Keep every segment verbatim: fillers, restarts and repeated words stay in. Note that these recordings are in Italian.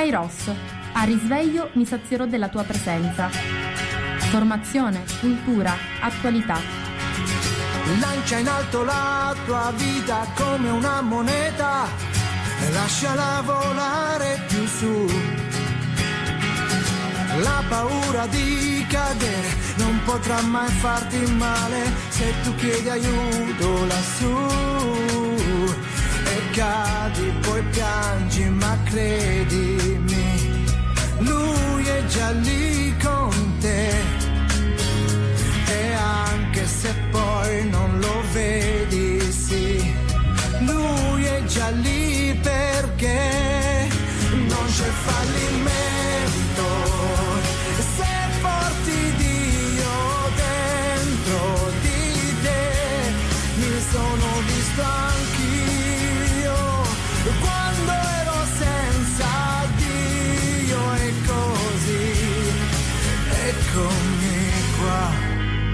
Kairos, a risveglio mi sazierò della tua presenza. Formazione, cultura, attualità. Lancia in alto la tua vita come una moneta e lasciala volare più su. La paura di cadere non potrà mai farti male se tu chiedi aiuto lassù. E cadi, poi piangi, ma credimi, lui è già lì con te. E anche se poi non lo vedi, sì, lui è già lì perché non c'è fallimento se porti Dio dentro di te. Mi sono visto anch'io quando ero senza Dio, e così eccomi qua.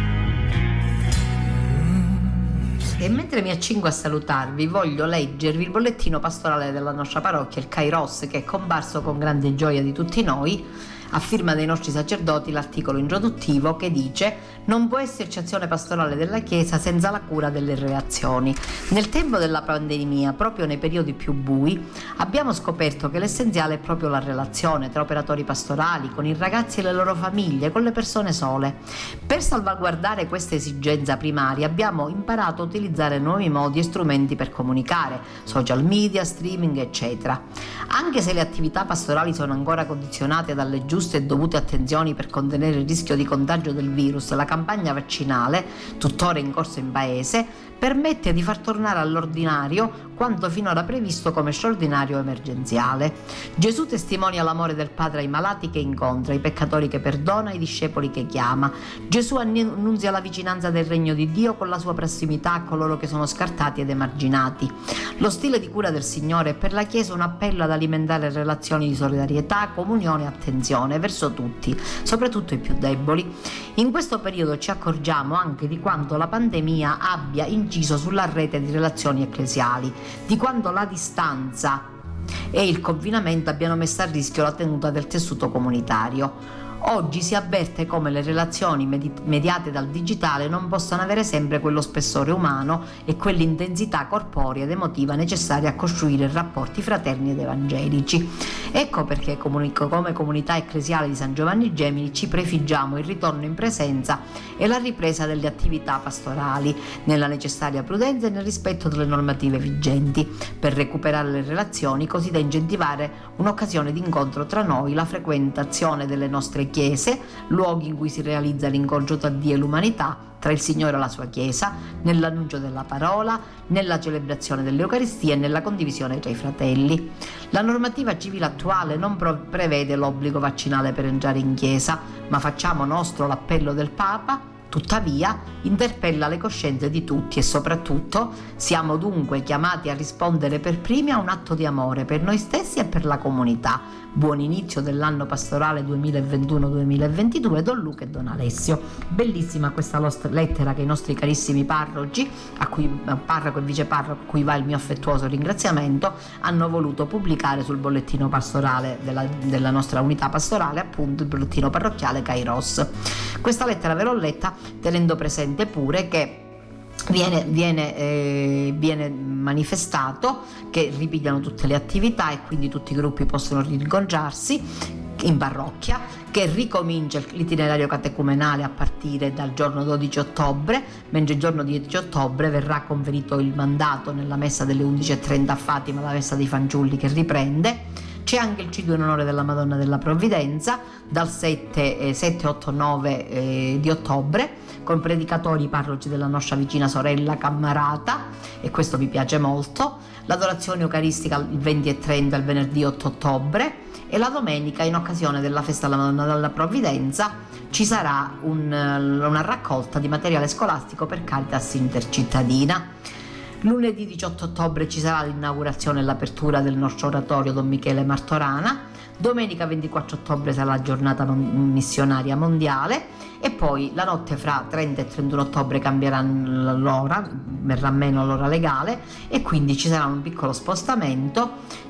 E mentre mi accingo a salutarvi, voglio leggervi il bollettino pastorale della nostra parrocchia, il Kairos, che è comparso con grande gioia di tutti noi, a firma dei nostri sacerdoti, l'articolo introduttivo che dice: non può esserci azione pastorale della Chiesa senza la cura delle relazioni. Nel tempo della pandemia, proprio nei periodi più bui, abbiamo scoperto che l'essenziale è proprio la relazione tra operatori pastorali, con i ragazzi e le loro famiglie, con le persone sole. Per salvaguardare questa esigenza primaria abbiamo imparato a utilizzare nuovi modi e strumenti per comunicare, social media, streaming, eccetera. Anche se le attività pastorali sono ancora condizionate dalle giuste e dovute attenzioni per contenere il rischio di contagio del virus, la campagna vaccinale, tuttora in corso in paese, permette di far tornare all'ordinario quanto finora previsto come straordinario emergenziale. Gesù testimonia l'amore del Padre ai malati che incontra, ai peccatori che perdona, ai discepoli che chiama. Gesù annunzia la vicinanza del regno di Dio con la sua prossimità a coloro che sono scartati ed emarginati. Lo stile di cura del Signore è per la Chiesa un appello ad alimentare relazioni di solidarietà, comunione e attenzione verso tutti, soprattutto i più deboli. In questo periodo ci accorgiamo anche di quanto la pandemia abbia inciso sulla rete di relazioni ecclesiali, di quanto la distanza e il confinamento abbiano messo a rischio la tenuta del tessuto comunitario. Oggi si avverte come le relazioni medi- mediate dal digitale non possano avere sempre quello spessore umano e quell'intensità corporea ed emotiva necessaria a costruire rapporti fraterni ed evangelici. Ecco perché comunico, come comunità ecclesiale di San Giovanni Gemini ci prefiggiamo il ritorno in presenza e la ripresa delle attività pastorali nella necessaria prudenza e nel rispetto delle normative vigenti, per recuperare le relazioni così da incentivare un'occasione di incontro tra noi, la frequentazione delle nostre chiese, luoghi in cui si realizza l'incontro tra Dio e l'umanità, tra il Signore e la sua Chiesa, nell'annuncio della parola, nella celebrazione dell'Eucaristia e nella condivisione tra i fratelli. La normativa civile attuale non pro- prevede l'obbligo vaccinale per entrare in Chiesa, ma facciamo nostro l'appello del Papa. Tuttavia, interpella le coscienze di tutti e soprattutto siamo dunque chiamati a rispondere per primi a un atto di amore per noi stessi e per la comunità. Buon inizio dell'anno pastorale duemilaventuno duemilaventidue, Don Luca e Don Alessio. Bellissima questa lettera che i nostri carissimi parroci, a cui parroco e viceparroco, a cui va il mio affettuoso ringraziamento, hanno voluto pubblicare sul bollettino pastorale della, della nostra unità pastorale, appunto il bollettino parrocchiale Kairos. Questa lettera ve l'ho letta tenendo presente pure che Viene, viene, eh, viene manifestato che ripigliano tutte le attività e quindi tutti i gruppi possono rincontrarsi in parrocchia, che ricomincia l'itinerario catecumenale a partire dal giorno dodici ottobre, mentre il giorno dieci ottobre verrà conferito il mandato nella messa delle undici e trenta a Fatima, la messa dei fanciulli che riprende. C'è anche il Ciduo in onore della Madonna della Provvidenza dal sette, otto, nove eh, di ottobre, con predicatori parroci della nostra vicina sorella Cammarata, e questo mi piace molto. L'adorazione eucaristica il venti e trenta, il venerdì otto ottobre, e la domenica, in occasione della festa della Madonna della Provvidenza, ci sarà un, una raccolta di materiale scolastico per Caritas Intercittadina. Lunedì diciotto ottobre ci sarà l'inaugurazione e l'apertura del nostro oratorio Don Michele Martorana. Domenica ventiquattro ottobre sarà la giornata missionaria mondiale, e poi la notte fra trenta e trentuno ottobre cambierà l'ora, verrà meno l'ora legale, e quindi ci sarà un piccolo spostamento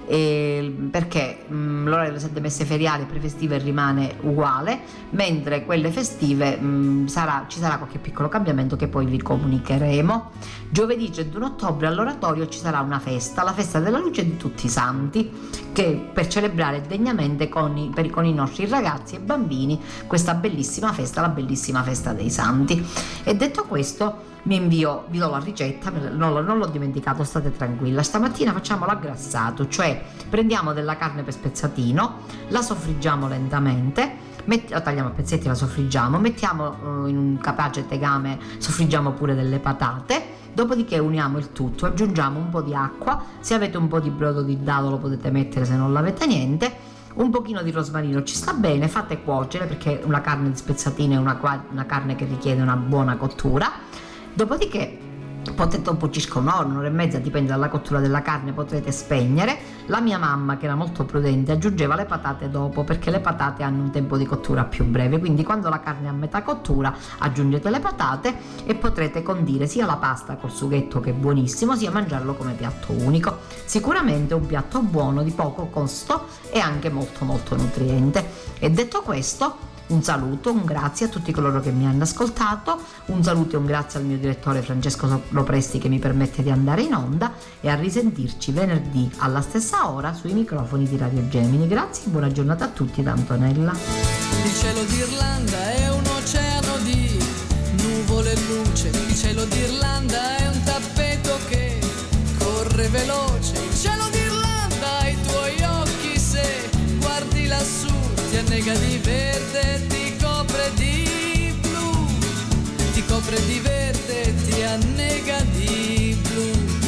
eh, perché mh, l'orario delle sette messe feriali prefestive rimane uguale, mentre quelle festive mh, sarà, ci sarà qualche piccolo cambiamento che poi vi comunicheremo. Giovedì trentuno ottobre all'oratorio ci sarà una festa, la festa della luce di tutti i santi, che per celebrare degnamente con i, per, con i nostri ragazzi e bambini questa bellissima festa, la bellissima festa dei santi. E detto questo, mi invio, vi do la ricetta, non, non l'ho dimenticato, state tranquilla. Stamattina facciamo l'aggrassato, cioè prendiamo della carne per spezzatino, la soffriggiamo lentamente, metti, la tagliamo a pezzetti, la soffriggiamo, mettiamo uh, in un capace tegame, soffriggiamo pure delle patate, dopodiché uniamo il tutto, aggiungiamo un po' di acqua, se avete un po' di brodo di dado lo potete mettere, se non l'avete niente, un pochino di rosmarino ci sta bene, fate cuocere perché una carne di spezzatino è una, una carne che richiede una buona cottura. Dopodiché potete, dopo circa un'ora, un'ora e mezza, dipende dalla cottura della carne, potrete spegnere. La mia mamma, che era molto prudente, aggiungeva le patate dopo, perché le patate hanno un tempo di cottura più breve, quindi quando la carne è a metà cottura aggiungete le patate e potrete condire sia la pasta col sughetto, che è buonissimo, sia mangiarlo come piatto unico. Sicuramente un piatto buono, di poco costo e anche molto molto nutriente. E detto questo, un saluto, un grazie a tutti coloro che mi hanno ascoltato, un saluto e un grazie al mio direttore Francesco Lopresti che mi permette di andare in onda, e a risentirci venerdì alla stessa ora sui microfoni di Radio Gemini. Grazie e buona giornata a tutti da Antonella. Il cielo d'Irlanda è un oceano di nuvole e luce, il cielo d'Irlanda è un tappeto che corre veloce, il cielo d'Irlanda i tuoi occhi, se guardi lassù ti annega di verde, ti copre di blu, ti copre di verde, ti annega di blu.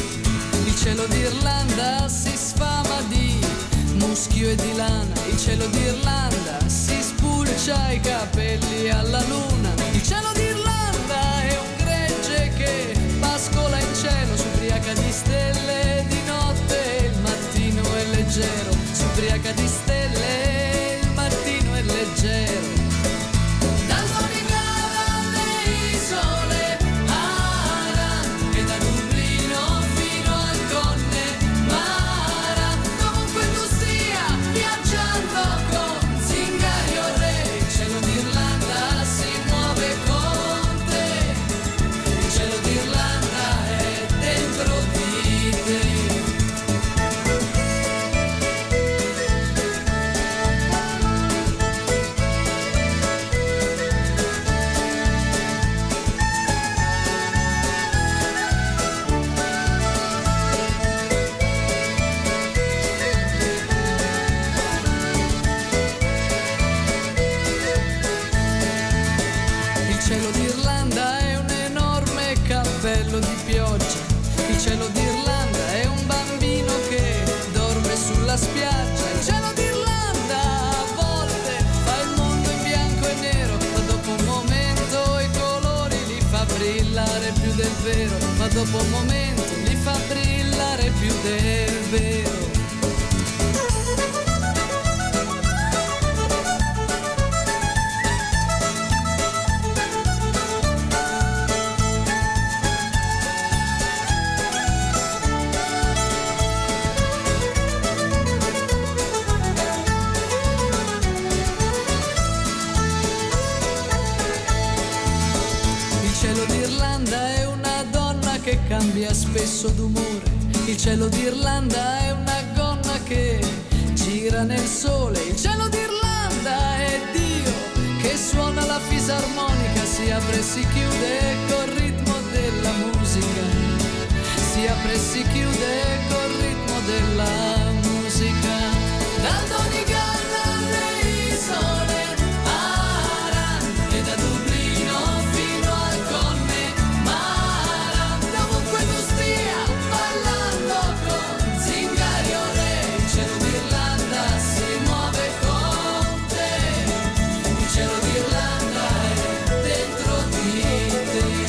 Il cielo d'Irlanda si sfama di muschio e di lana, il cielo d'Irlanda si spulcia i capelli alla luna. Il cielo d'Irlanda è un gregge che pascola in cielo, s'ubriaca di stelle di notte, il mattino è leggero, s'ubriaca di stelle, leggero. Dal Donegal alle isole Aran e da Dublino fino al Connemara, dovunque tu sia viaggiando con zingari o re, il cielo d'Irlanda si muove con te, il cielo d'Irlanda è dentro di te. Il cielo d'Irlanda è un enorme cappello di pioggia, il cielo d'Irlanda è un bambino che dorme sulla spiaggia, il cielo d'Irlanda a volte fa il mondo in bianco e nero, ma dopo un momento i colori li fa brillare più del vero, ma dopo un momento li fa brillare più del vero. Cambia spesso d'umore, il cielo d'Irlanda è una gonna che gira nel sole, il cielo d'Irlanda è Dio che suona la fisarmonica, si apre e si chiude col ritmo della musica, si apre e si chiude col ritmo della musica. Dal Donegal alle isole Aran e da Dublino fino al Connemara, dovunque tu stia ballando con zingari o re, il cielo d'Irlanda si muove con te, il cielo d'Irlanda è dentro di te.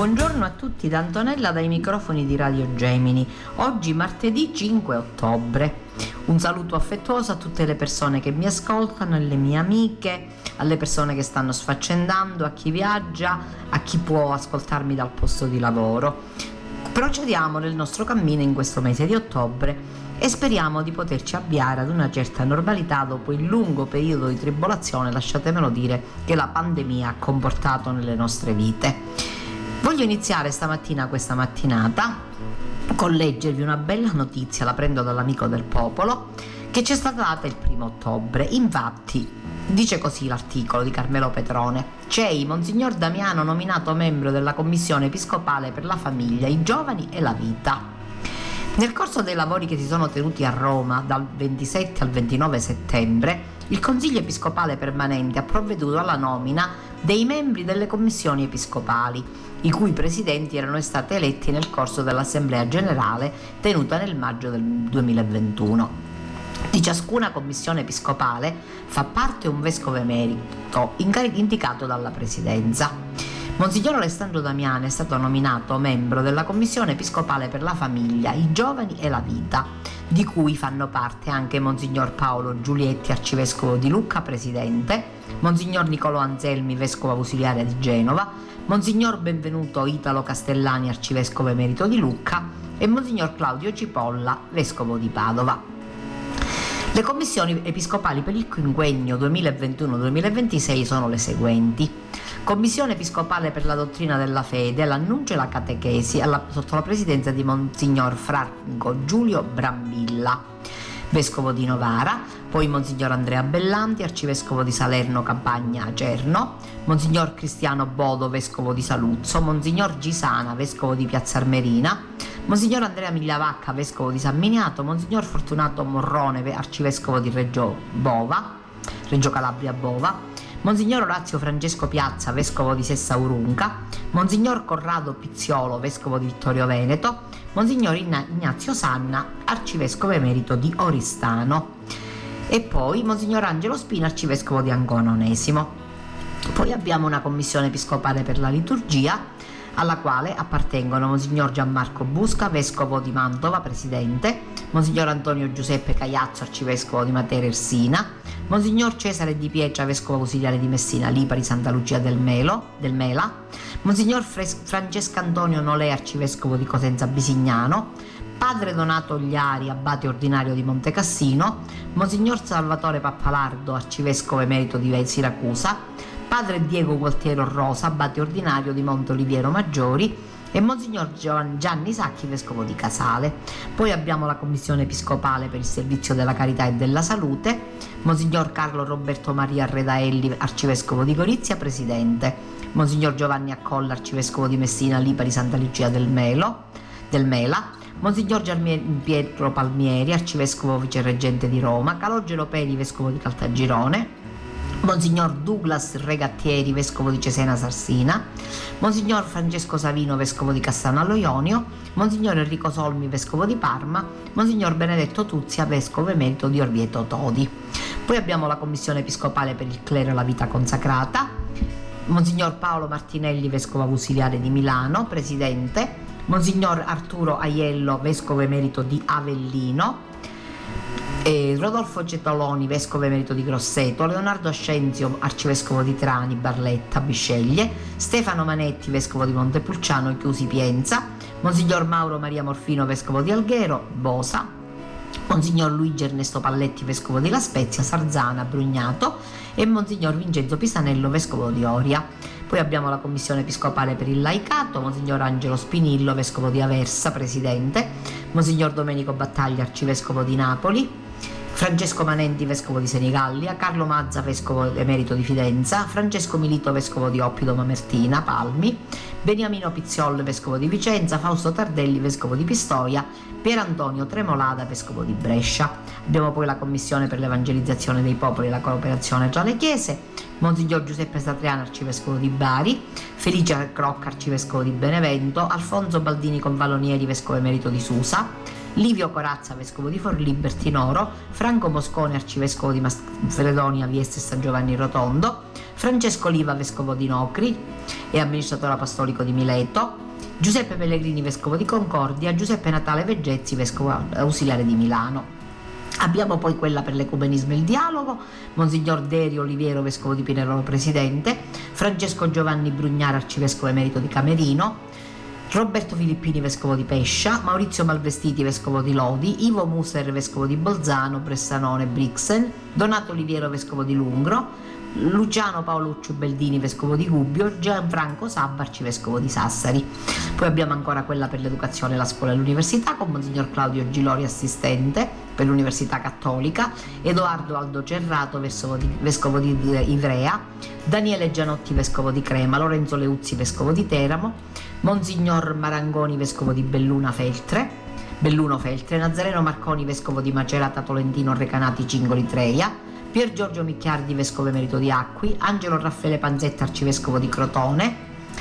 Buongiorno a tutti da Antonella dai microfoni di Radio Gemini. Oggi martedì cinque ottobre. Un saluto affettuoso a tutte le persone che mi ascoltano, alle mie amiche, alle persone che stanno sfaccendando, a chi viaggia, a chi può ascoltarmi dal posto di lavoro. Procediamo nel nostro cammino in questo mese di ottobre e speriamo di poterci avviare ad una certa normalità dopo il lungo periodo di tribolazione, lasciatemelo dire, che la pandemia ha comportato nelle nostre vite. Voglio iniziare stamattina questa mattinata con leggervi una bella notizia, la prendo dall'amico del popolo, che ci è stata data il primo ottobre. Infatti, dice così l'articolo di Carmelo Petrone: C E I, Monsignor Damiano nominato membro della Commissione Episcopale per la Famiglia, i Giovani e la Vita. Nel corso dei lavori che si sono tenuti a Roma dal ventisette al ventinove settembre, il Consiglio Episcopale Permanente ha provveduto alla nomina dei membri delle commissioni episcopali, i cui presidenti erano stati eletti nel corso dell'Assemblea Generale tenuta nel maggio del duemilaventuno. Di ciascuna commissione episcopale fa parte un vescovo emerito indicato dalla Presidenza. Monsignor Alessandro Damiano è stato nominato membro della Commissione Episcopale per la Famiglia, i Giovani e la Vita, di cui fanno parte anche Monsignor Paolo Giulietti, arcivescovo di Lucca, presidente, Monsignor Nicolò Anselmi, vescovo ausiliare di Genova, Monsignor Benvenuto Italo Castellani, arcivescovo emerito di Lucca, e Monsignor Claudio Cipolla, vescovo di Padova. Le commissioni episcopali per il quinquennio duemilaventuno duemilaventisei sono le seguenti: Commissione Episcopale per la Dottrina della Fede, l'Annuncio e la Catechesi, alla, sotto la presidenza di Monsignor Franco Giulio Brambilla, vescovo di Novara, poi Monsignor Andrea Bellanti, arcivescovo di Salerno Campagna Acerno, Monsignor Cristiano Bodo, vescovo di Saluzzo, Monsignor Gisana, vescovo di Piazza Armerina, Monsignor Andrea Migliavacca, vescovo di San Miniato, Monsignor Fortunato Morrone, arcivescovo di Reggio Bova, Reggio Calabria Bova, Monsignor Orazio Francesco Piazza, vescovo di Sessa Urunca, Monsignor Corrado Pizziolo, vescovo di Vittorio Veneto, Monsignor Ignazio Sanna, arcivescovo emerito di Oristano, e poi Monsignor Angelo Spina, arcivescovo di Ancona Onesimo. Poi abbiamo una commissione episcopale per la liturgia, alla quale appartengono Monsignor Gianmarco Busca, vescovo di Mantova, presidente, Monsignor Antonio Giuseppe Cagliazzo, arcivescovo di Matera Ersina, Monsignor Cesare Di Pietra, vescovo ausiliare di Messina Lipari Santa Lucia del Melo, del Mela, Monsignor Fres- Francesco Antonio Nolè, arcivescovo di Cosenza Bisignano, Padre Donato Ogliari, abate ordinario di Montecassino, Monsignor Salvatore Pappalardo, arcivescovo emerito di Siracusa, Padre Diego Gualtiero Rosa, abate ordinario di Monte Oliviero Maggiori, e Monsignor Gianni Sacchi, vescovo di Casale. Poi abbiamo la Commissione Episcopale per il Servizio della Carità e della Salute, Monsignor Carlo Roberto Maria Redaelli, arcivescovo di Gorizia, presidente, Monsignor Giovanni Accolla, arcivescovo di Messina Lipari Santa Lucia del Melo, del Mela, Monsignor Gian Pietro Palmieri, arcivescovo vicereggente di Roma, Calogero Peri, vescovo di Caltagirone, Monsignor Douglas Regattieri, vescovo di Cesena Sarsina, Monsignor Francesco Savino, vescovo di Cassano allo Ionio, Monsignor Enrico Solmi, vescovo di Parma, Monsignor Benedetto Tuzia, vescovo emerito di Orvieto Todi. Poi abbiamo la Commissione Episcopale per il Clero e la Vita Consacrata, Monsignor Paolo Martinelli, vescovo ausiliare di Milano, presidente, Monsignor Arturo Aiello, vescovo emerito di Avellino, E Rodolfo Cetoloni, vescovo emerito di Grosseto, Leonardo Ascenzio, arcivescovo di Trani, Barletta, Bisceglie, Stefano Manetti, vescovo di Montepulciano, Chiusi, Pienza, Monsignor Mauro Maria Morfino, vescovo di Alghero, Bosa, Monsignor Luigi Ernesto Palletti, vescovo di La Spezia, Sarzana, Brugnato, e Monsignor Vincenzo Pisanello, vescovo di Oria. Poi abbiamo la Commissione Episcopale per il Laicato, Monsignor Angelo Spinillo, vescovo di Aversa, presidente, Monsignor Domenico Battaglia, arcivescovo di Napoli, Francesco Manenti, vescovo di Senigallia, Carlo Mazza, vescovo emerito di Fidenza, Francesco Milito, vescovo di Oppido Mamertina, Palmi, Beniamino Pizziol, vescovo di Vicenza, Fausto Tardelli, vescovo di Pistoia, Pier Antonio Tremolada, vescovo di Brescia. Abbiamo poi la Commissione per l'Evangelizzazione dei Popoli e la Cooperazione tra le Chiese, Monsignor Giuseppe Satriano, arcivescovo di Bari, Felice Crocca, arcivescovo di Benevento, Alfonso Baldini Convalonieri, vescovo emerito di Susa, Livio Corazza, vescovo di Forlì Bertinoro, Franco Moscone, arcivescovo di Manfredonia, Vieste e San Giovanni Rotondo, Francesco Oliva, vescovo di Nocri, e amministratore apostolico di Mileto, Giuseppe Pellegrini, vescovo di Concordia, Giuseppe Natale Veggezzi, vescovo ausiliare di Milano. Abbiamo poi quella per l'ecumenismo e il dialogo, Monsignor Derio Oliviero, vescovo di Pinerolo presidente, Francesco Giovanni Brugnara, arcivescovo emerito di Camerino, Roberto Filippini, vescovo di Pescia, Maurizio Malvestiti, vescovo di Lodi, Ivo Muser, vescovo di Bolzano, Bressanone, Brixen, Donato Oliviero, vescovo di Lungro, Luciano Paoluccio Beldini, vescovo di Gubbio, Gianfranco Sabba, arcivescovo di Sassari. Poi abbiamo ancora quella per l'educazione, la scuola e l'università, con Monsignor Claudio Gilori, assistente per l'Università Cattolica, Edoardo Aldo Cerrato, vescovo di, vescovo di Ivrea, Daniele Gianotti, vescovo di Crema, Lorenzo Leuzzi, vescovo di Teramo, Monsignor Marangoni, vescovo di Belluna Feltre, Belluno Feltre, Nazareno Marconi, vescovo di Macerata Tolentino Recanati Cingoli Treia, Pier Giorgio Micchiardi, vescovo emerito di Acqui, Angelo Raffaele Panzetta, arcivescovo di Crotone,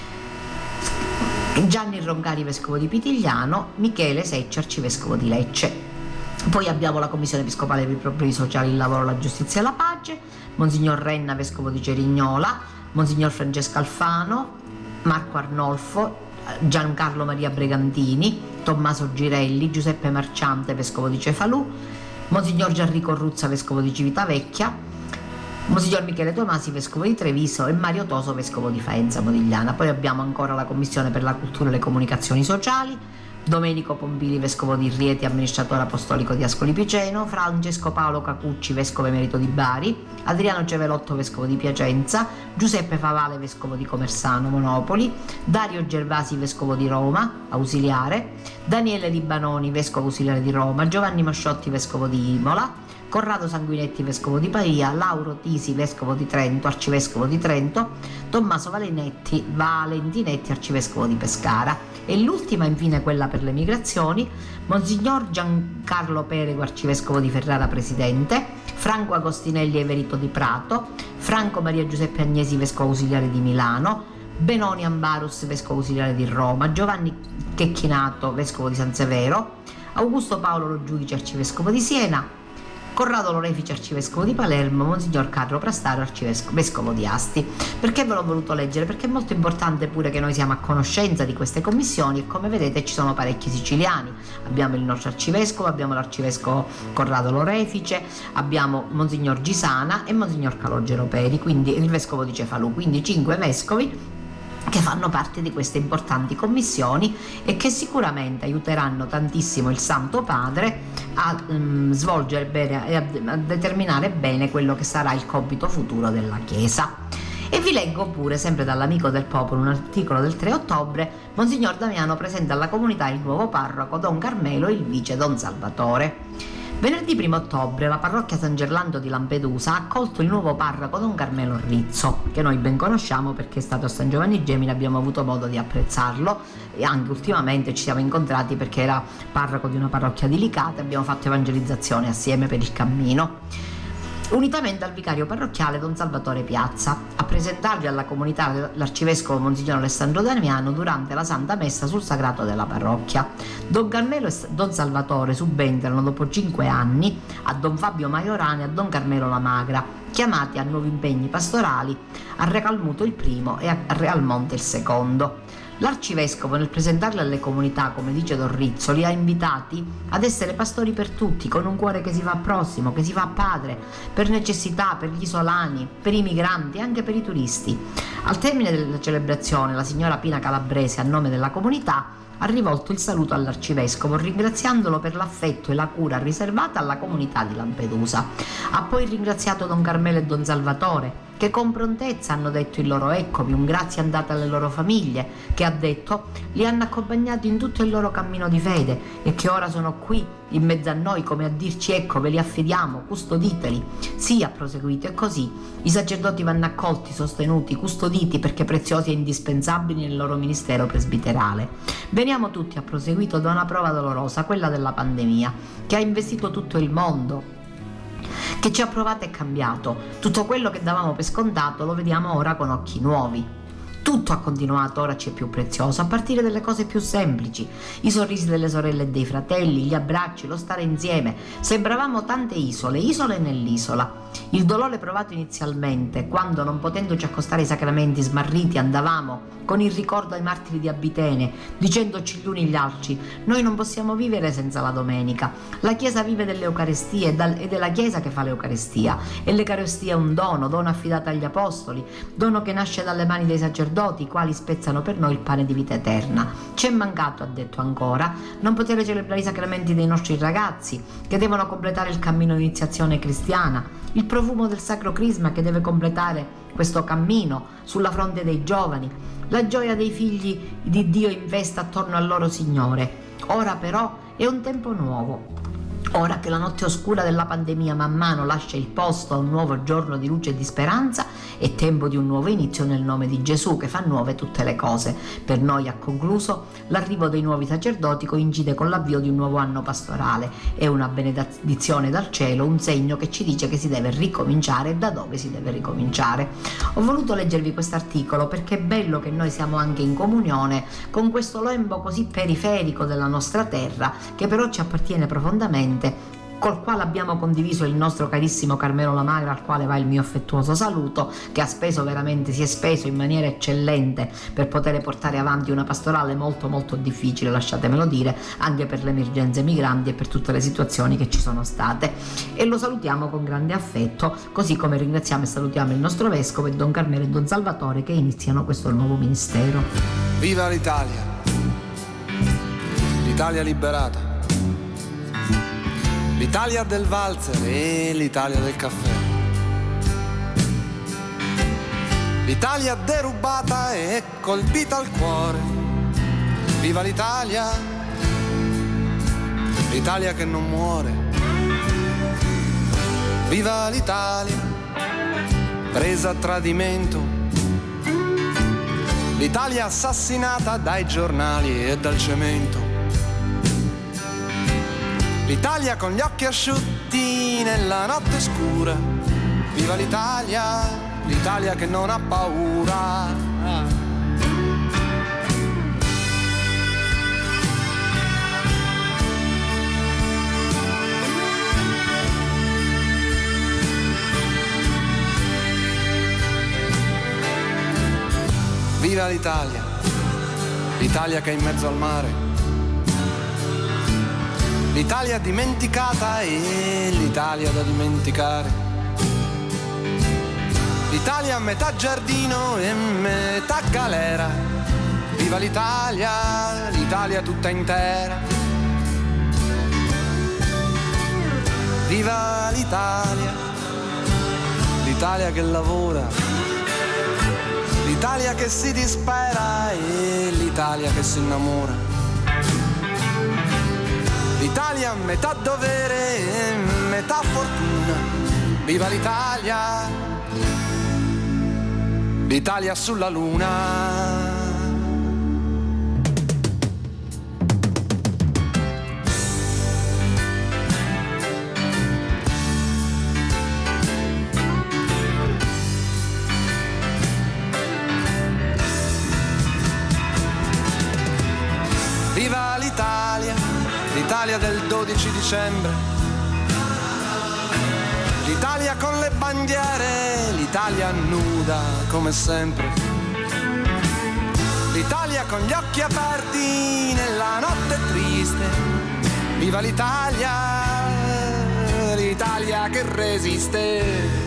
Gianni Roncari, vescovo di Pitigliano, Michele Seccia, arcivescovo di Lecce. Poi abbiamo la Commissione Episcopale per i Problemi Sociali, il Lavoro, la Giustizia e la Pace, Monsignor Renna, vescovo di Cerignola, Monsignor Francesco Alfano, Marco Arnolfo, Giancarlo Maria Bregantini, Tommaso Girelli, Giuseppe Marciante, vescovo di Cefalù, Monsignor Gianrico Ruzza, vescovo di Civitavecchia, Monsignor Michele Tomasi, vescovo di Treviso, e Mario Toso, vescovo di Faenza Modigliana. Poi abbiamo ancora la Commissione per la Cultura e le Comunicazioni Sociali, Domenico Pompili, vescovo di Rieti, amministratore apostolico di Ascoli Piceno, Francesco Paolo Cacucci, vescovo emerito di Bari, Adriano Cevelotto, vescovo di Piacenza, Giuseppe Favale, vescovo di Comersano Monopoli, Dario Gervasi, vescovo di Roma, ausiliare, Daniele Libanoni, vescovo ausiliare di Roma, Giovanni Masciotti, vescovo di Imola, Corrado Sanguinetti, vescovo di Pavia, Lauro Tisi, vescovo di Trento, arcivescovo di Trento, Tommaso Valenetti, Valentinetti, arcivescovo di Pescara. E l'ultima, infine, quella per le migrazioni, Monsignor Giancarlo Perego, arcivescovo di Ferrara presidente, Franco Agostinelli, emerito di Prato, Franco Maria Giuseppe Agnesi, vescovo ausiliare di Milano, Benoni Ambarus, vescovo ausiliare di Roma, Giovanni Checchinato, vescovo di San Severo, Augusto Paolo Lo Giudice, arcivescovo di Siena, Corrado Lorefice, arcivescovo di Palermo, Monsignor Carlo Prastaro, arcivescovo di Asti. Perché ve l'ho voluto leggere? Perché è molto importante pure che noi siamo a conoscenza di queste commissioni, e come vedete ci sono parecchi siciliani. Abbiamo il nostro arcivescovo, abbiamo l'arcivescovo Corrado Lorefice, abbiamo Monsignor Gisana e Monsignor Calogero Peri, quindi il vescovo di Cefalù, quindi cinque vescovi che fanno parte di queste importanti commissioni e che sicuramente aiuteranno tantissimo il Santo Padre a um, svolgere bene e a, a determinare bene quello che sarà il compito futuro della Chiesa. E vi leggo pure, sempre dall'Amico del Popolo, un articolo del tre ottobre. Monsignor Damiano presenta alla comunità il nuovo parroco Don Carmelo e il vice Don Salvatore. Venerdì primo ottobre la parrocchia San Gerlando di Lampedusa ha accolto il nuovo parroco Don Carmelo Rizzo, che noi ben conosciamo perché è stato a San Giovanni Gemini, abbiamo avuto modo di apprezzarlo e anche ultimamente ci siamo incontrati perché era parroco di una parrocchia di Licata e abbiamo fatto evangelizzazione assieme per il cammino. Unitamente al vicario parrocchiale Don Salvatore Piazza, a presentarvi alla comunità l'arcivescovo Monsignor Alessandro Damiano durante la Santa Messa sul Sagrato della parrocchia. Don Carmelo e Don Salvatore subentrano dopo cinque anni a Don Fabio Maiorani e a Don Carmelo La Magra, chiamati a nuovi impegni pastorali, a Re Calmuto il primo e a Re Almonte il secondo. L'arcivescovo, nel presentarli alle comunità, come dice Don Rizzo, li ha invitati ad essere pastori per tutti, con un cuore che si fa prossimo, che si fa padre, per necessità, per gli isolani, per i migranti e anche per i turisti. Al termine della celebrazione, la signora Pina Calabrese, a nome della comunità, ha rivolto il saluto all'arcivescovo, ringraziandolo per l'affetto e la cura riservata alla comunità di Lampedusa. Ha poi ringraziato Don Carmelo e Don Salvatore, che con prontezza hanno detto il loro eccomi, un grazie andate alle loro famiglie, che ha detto li hanno accompagnati in tutto il loro cammino di fede e che ora sono qui in mezzo a noi come a dirci ecco ve li affidiamo, custoditeli. Sì, ha proseguito, e così i sacerdoti vanno accolti, sostenuti, custoditi perché preziosi e indispensabili nel loro ministero presbiterale. Veniamo tutti, ha proseguito, da una prova dolorosa, quella della pandemia, che ha investito tutto il mondo, che ci ha provato e cambiato. Tutto quello che davamo per scontato lo vediamo ora con occhi nuovi. Tutto ha continuato, ora ci è più prezioso, a partire dalle cose più semplici, i sorrisi delle sorelle e dei fratelli, gli abbracci, lo stare insieme. Sembravamo tante isole, isole nell'isola. Il dolore provato inizialmente, quando non potendoci accostare ai sacramenti smarriti andavamo con il ricordo ai martiri di Abitene, dicendoci gli uni gli altri: noi non possiamo vivere senza la domenica. La Chiesa vive delle Eucaristie ed è la Chiesa che fa l'Eucaristia, e l'Eucaristia è un dono, dono affidato agli Apostoli, dono che nasce dalle mani dei sacerdoti, i quali spezzano per noi il pane di vita eterna. Ci è mancato, ha detto ancora, non poter celebrare i sacramenti dei nostri ragazzi, che devono completare il cammino di iniziazione cristiana, il profumo del Sacro Crisma che deve completare questo cammino sulla fronte dei giovani, la gioia dei figli di Dio in festa attorno al loro Signore. Ora però è un tempo nuovo. Ora che la notte oscura della pandemia man mano lascia il posto a un nuovo giorno di luce e di speranza, è tempo di un nuovo inizio nel nome di Gesù, che fa nuove tutte le cose. Per noi, ha concluso, l'arrivo dei nuovi sacerdoti coincide con l'avvio di un nuovo anno pastorale. È una benedizione dal cielo, un segno che ci dice che si deve ricominciare e da dove si deve ricominciare. Ho voluto leggervi questo articolo perché è bello che noi siamo anche in comunione con questo lembo così periferico della nostra terra, che però ci appartiene profondamente, col quale abbiamo condiviso il nostro carissimo Carmelo Lamagra, al quale va il mio affettuoso saluto, che ha speso veramente, si è speso in maniera eccellente per poter portare avanti una pastorale molto molto difficile, lasciatemelo dire, anche per le emergenze migranti e per tutte le situazioni che ci sono state, e lo salutiamo con grande affetto, così come ringraziamo e salutiamo il nostro vescovo e Don Carmelo e Don Salvatore, che iniziano questo nuovo ministero. Viva l'Italia! L'Italia liberata, l'Italia del valzer e l'Italia del caffè, l'Italia derubata e colpita al cuore. Viva l'Italia, l'Italia che non muore. Viva l'Italia, presa a tradimento, l'Italia assassinata dai giornali e dal cemento. L'Italia con gli occhi asciutti nella notte scura. Viva l'Italia, l'Italia che non ha paura. Viva l'Italia, l'Italia che è in mezzo al mare. L'Italia dimenticata e l'Italia da dimenticare. L'Italia a metà giardino e metà galera. Viva l'Italia, l'Italia tutta intera. Viva l'Italia, l'Italia che lavora, l'Italia che si dispera e l'Italia che si innamora. L'Italia metà dovere e metà fortuna. Viva l'Italia, l'Italia sulla luna. Viva l'Italia, l'Italia del dodici dicembre, l'Italia con le bandiere, l'Italia nuda come sempre, l'Italia con gli occhi aperti nella notte triste. Viva l'Italia, l'Italia che resiste.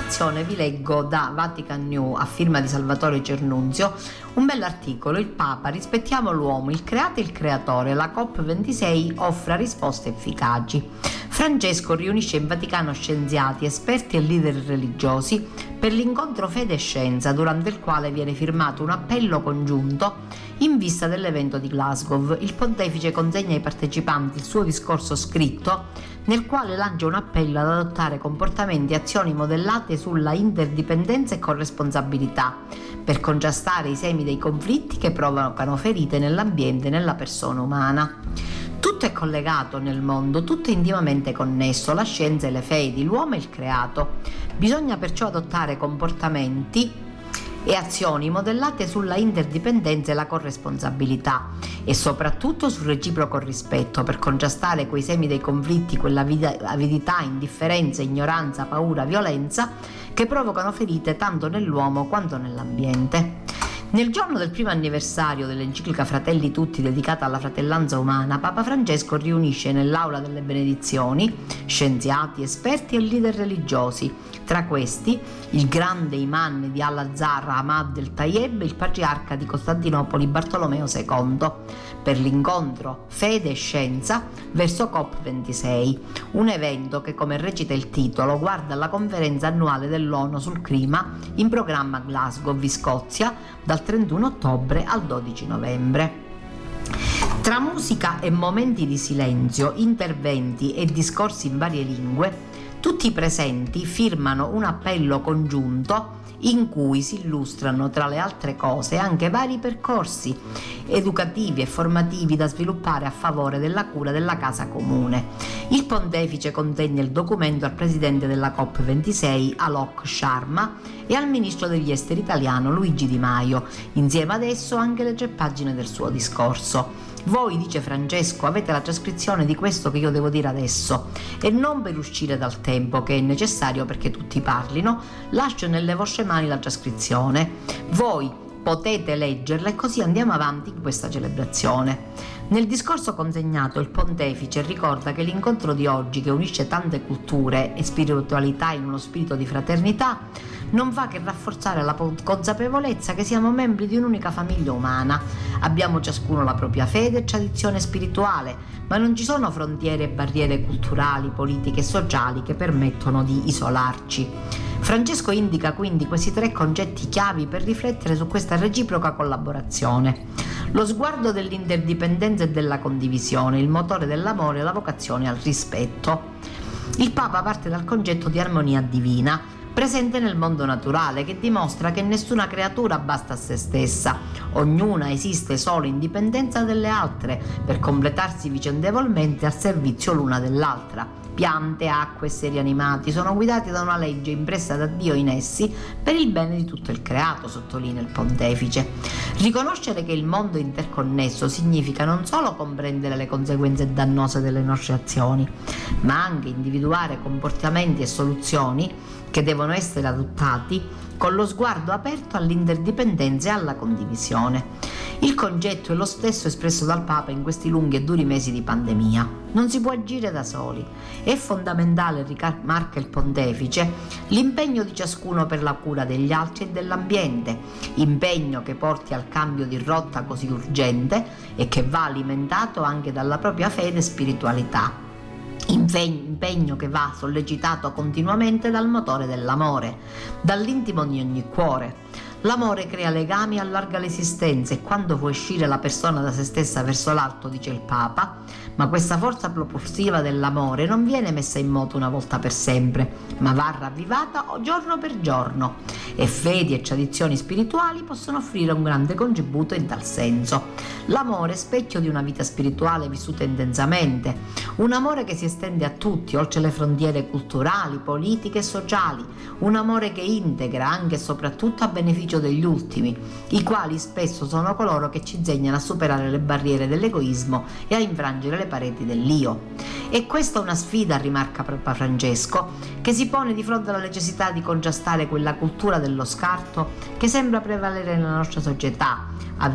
informazione vi leggo da Vatican News a firma di Salvatore Cernunzio un bell'articolo: il Papa, rispettiamo l'uomo, il creato e il creatore, la COP ventisei offre risposte efficaci. Francesco riunisce in Vaticano scienziati, esperti e leader religiosi per l'incontro Fede e Scienza, durante il quale viene firmato un appello congiunto in vista dell'evento di Glasgow. Il pontefice consegna ai partecipanti il suo discorso scritto, nel quale lancia un appello ad adottare comportamenti e azioni modellate sulla interdipendenza e corresponsabilità per contrastare i semi dei conflitti che provocano ferite nell'ambiente e nella persona umana. Tutto è collegato nel mondo, tutto è intimamente connesso, la scienza e le fedi, l'uomo e il creato. Bisogna perciò adottare comportamenti e azioni modellate sulla interdipendenza e la corresponsabilità e soprattutto sul reciproco rispetto per contrastare quei semi dei conflitti, quella avidità, indifferenza, ignoranza, paura, violenza che provocano ferite tanto nell'uomo quanto nell'ambiente. Nel giorno del primo anniversario dell'enciclica Fratelli Tutti dedicata alla fratellanza umana, Papa Francesco riunisce nell'aula delle benedizioni scienziati, esperti e leader religiosi. Tra questi il grande imam di Al-Azhar Ahmad el-Tayeb, il patriarca di Costantinopoli Bartolomeo secondo, per l'incontro Fede e Scienza verso COP ventisei, un evento che, come recita il titolo, guarda alla conferenza annuale dell'ONU sul clima in programma a Glasgow, Scozia, dal trentuno ottobre al dodici novembre. Tra musica e momenti di silenzio, interventi e discorsi in varie lingue, tutti i presenti firmano un appello congiunto in cui si illustrano, tra le altre cose, anche vari percorsi educativi e formativi da sviluppare a favore della cura della casa comune. Il pontefice consegna il documento al presidente della COP ventisei, Alok Sharma, e al ministro degli esteri italiano Luigi Di Maio, insieme ad esso anche le tre pagine del suo discorso. Voi, dice Francesco, avete la trascrizione di questo che io devo dire adesso, e non per uscire dal tempo che è necessario perché tutti parlino, lascio nelle vostre mani la trascrizione. Voi potete leggerla e così andiamo avanti in questa celebrazione. Nel discorso consegnato il pontefice ricorda che l'incontro di oggi, che unisce tante culture e spiritualità in uno spirito di fraternità, non fa che rafforzare la consapevolezza che siamo membri di un'unica famiglia umana. Abbiamo ciascuno la propria fede e tradizione spirituale, ma non ci sono frontiere e barriere culturali, politiche e sociali che permettono di isolarci. Francesco indica quindi questi tre concetti chiavi per riflettere su questa reciproca collaborazione: lo sguardo dell'interdipendenza e della condivisione, il motore dell'amore e la vocazione al rispetto. Il Papa parte dal concetto di armonia divina, presente nel mondo naturale, che dimostra che nessuna creatura basta a se stessa, ognuna esiste solo in dipendenza delle altre per completarsi vicendevolmente al servizio l'una dell'altra. Piante, acque, esseri animati sono guidati da una legge impressa da Dio in essi per il bene di tutto il creato, sottolinea il pontefice. Riconoscere che il mondo è interconnesso significa non solo comprendere le conseguenze dannose delle nostre azioni, ma anche individuare comportamenti e soluzioni che devono essere adottati con lo sguardo aperto all'interdipendenza e alla condivisione. Il concetto è lo stesso espresso dal Papa in questi lunghi e duri mesi di pandemia. Non si può agire da soli. È fondamentale, rimarca il pontefice, l'impegno di ciascuno per la cura degli altri e dell'ambiente, impegno che porti al cambio di rotta così urgente e che va alimentato anche dalla propria fede e spiritualità. Impegno che va sollecitato continuamente dal motore dell'amore, dall'intimo di ogni cuore. L'amore crea legami e allarga l'esistenza, e quando può uscire la persona da se stessa verso l'alto, dice il Papa, ma questa forza propulsiva dell'amore non viene messa in moto una volta per sempre, ma va ravvivata giorno per giorno, e fedi e tradizioni spirituali possono offrire un grande contributo in tal senso. L'amore è specchio di una vita spirituale vissuta intensamente, un amore che si estende a tutti, oltre le frontiere culturali, politiche e sociali, un amore che integra anche e soprattutto a beneficio degli ultimi, i quali spesso sono coloro che ci insegnano a superare le barriere dell'egoismo e a infrangere le pareti dell'io. E questa è una sfida, rimarca Papa Francesco, che si pone di fronte alla necessità di contrastare quella cultura dello scarto che sembra prevalere nella nostra società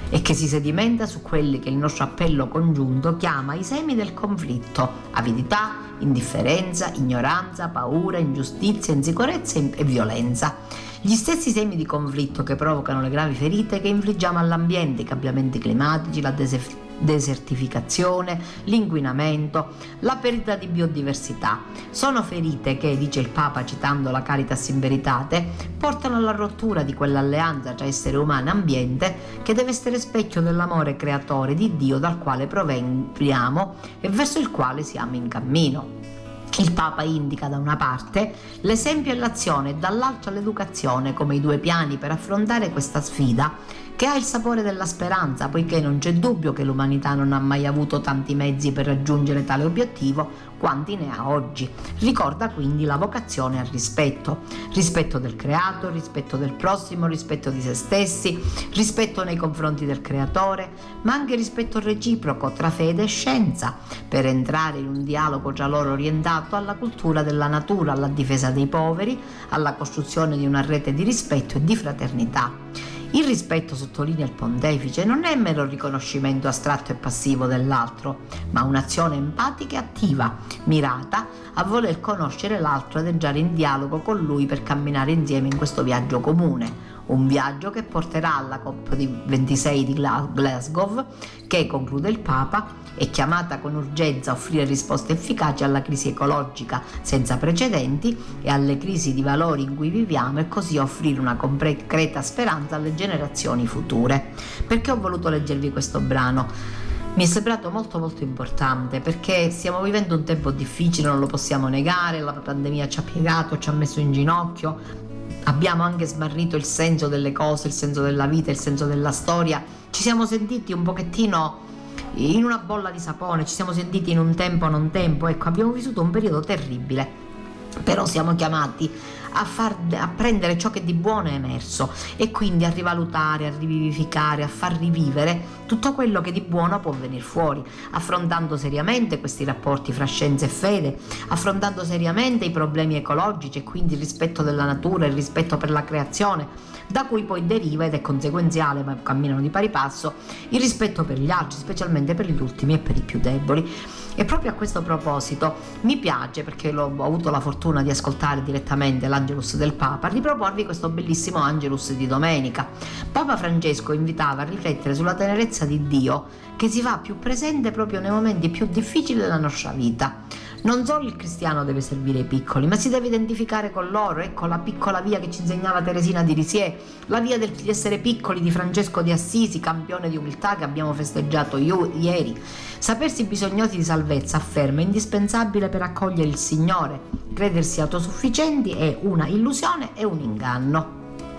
e che si sedimenta su quelli che il nostro appello congiunto chiama i semi del conflitto: avidità, indifferenza, ignoranza, paura, ingiustizia, insicurezza e violenza. Gli stessi semi di conflitto che provocano le gravi ferite che infliggiamo all'ambiente, i cambiamenti climatici, la desertificazione, desertificazione, l'inquinamento, la perdita di biodiversità. Sono ferite che, dice il Papa citando la Caritas in Veritate, portano alla rottura di quell'alleanza tra essere umano e ambiente che deve essere specchio dell'amore creatore di Dio dal quale proveniamo e verso il quale siamo in cammino. Il Papa indica da una parte l'esempio e l'azione e dall'altra l'educazione come i due piani per affrontare questa sfida che ha il sapore della speranza, poiché non c'è dubbio che l'umanità non ha mai avuto tanti mezzi per raggiungere tale obiettivo quanti ne ha oggi. Ricorda quindi la vocazione al rispetto, rispetto del creato, rispetto del prossimo, rispetto di se stessi, rispetto nei confronti del creatore, ma anche rispetto reciproco tra fede e scienza, per entrare in un dialogo tra loro orientato alla cultura della natura, alla difesa dei poveri, alla costruzione di una rete di rispetto e di fraternità. Il rispetto, sottolinea il pontefice, non è mero riconoscimento astratto e passivo dell'altro, ma un'azione empatica e attiva, mirata a voler conoscere l'altro ed entrare in dialogo con lui per camminare insieme in questo viaggio comune. Un viaggio che porterà alla COP ventisei di Glasgow, che, conclude il Papa, è chiamata con urgenza a offrire risposte efficaci alla crisi ecologica senza precedenti e alle crisi di valori in cui viviamo, e così offrire una concreta speranza alle generazioni future. Perché ho voluto leggervi questo brano? Mi è sembrato molto molto importante, perché stiamo vivendo un tempo difficile, non lo possiamo negare, la pandemia ci ha piegato, ci ha messo in ginocchio, abbiamo anche smarrito il senso delle cose, il senso della vita, il senso della storia, ci siamo sentiti un pochettino in una bolla di sapone, ci siamo sentiti in un tempo non tempo, ecco, abbiamo vissuto un periodo terribile, però siamo chiamati a, far, a prendere ciò che di buono è emerso e quindi a rivalutare, a rivivificare, a far rivivere tutto quello che di buono può venire fuori, affrontando seriamente questi rapporti fra scienza e fede, affrontando seriamente i problemi ecologici e quindi il rispetto della natura, il rispetto per la creazione, da cui poi deriva, ed è conseguenziale ma camminano di pari passo, il rispetto per gli altri, specialmente per gli ultimi e per i più deboli. E proprio a questo proposito mi piace, perché l'ho, ho avuto la fortuna di ascoltare direttamente l'Angelus del Papa, riproporvi questo bellissimo Angelus di domenica. Papa Francesco invitava a riflettere sulla tenerezza di Dio che si fa più presente proprio nei momenti più difficili della nostra vita. Non solo il cristiano deve servire i piccoli, ma si deve identificare con loro. Ecco la piccola via che ci insegnava Teresina di Lisieux, la via degli essere piccoli di Francesco di Assisi, campione di umiltà che abbiamo festeggiato io, ieri. Sapersi bisognosi di salvezza, afferma, è indispensabile per accogliere il Signore. Credersi autosufficienti è una illusione e un inganno.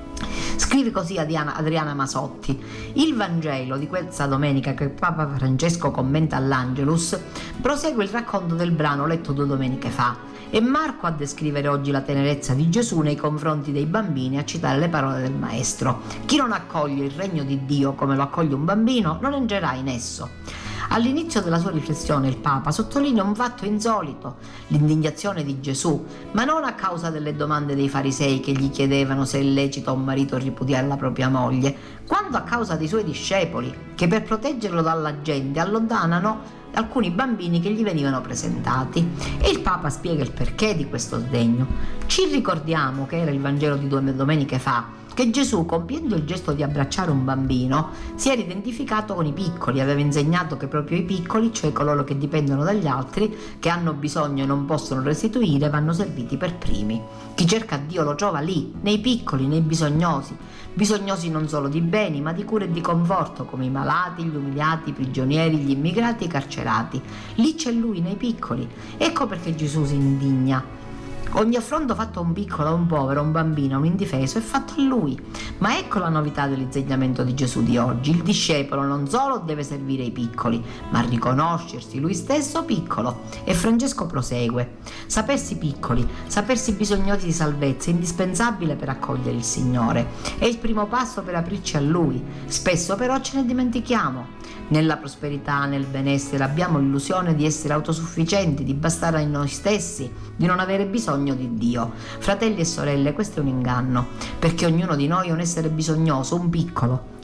Scrive così Adriana, Adriana Masotti. Il Vangelo di questa domenica che Papa Francesco commenta all'Angelus prosegue il racconto del brano letto due domeniche fa. È Marco a descrivere oggi la tenerezza di Gesù nei confronti dei bambini, a citare le parole del Maestro. Chi non accoglie il regno di Dio come lo accoglie un bambino non entrerà in esso. All'inizio della sua riflessione il Papa sottolinea un fatto insolito, l'indignazione di Gesù, ma non a causa delle domande dei farisei che gli chiedevano se è lecito a un marito ripudiare la propria moglie, quanto a causa dei suoi discepoli, che per proteggerlo dalla gente allontanano alcuni bambini che gli venivano presentati. E il Papa spiega il perché di questo sdegno. Ci ricordiamo che era il Vangelo di due domeniche fa, che Gesù, compiendo il gesto di abbracciare un bambino, si era identificato con i piccoli, aveva insegnato che proprio i piccoli, cioè coloro che dipendono dagli altri, che hanno bisogno e non possono restituire, vanno serviti per primi. Chi cerca Dio lo trova lì, nei piccoli, nei bisognosi, bisognosi non solo di beni, ma di cura e di conforto, come i malati, gli umiliati, i prigionieri, gli immigrati e i carcerati. Lì c'è Lui, nei piccoli. Ecco perché Gesù si indigna. Ogni affronto fatto a un piccolo, a un povero, a un bambino, a un indifeso è fatto a lui. Ma ecco la novità dell'insegnamento di Gesù di oggi. Il discepolo non solo deve servire i piccoli, ma riconoscersi lui stesso piccolo. E Francesco prosegue. Sapersi piccoli, sapersi bisognosi di salvezza è indispensabile per accogliere il Signore. È il primo passo per aprirci a Lui. Spesso però ce ne dimentichiamo. Nella prosperità, nel benessere abbiamo l'illusione di essere autosufficienti, di bastare a noi stessi, di non avere bisogno di Dio. Fratelli e sorelle, questo è un inganno, perché ognuno di noi è un essere bisognoso, un piccolo.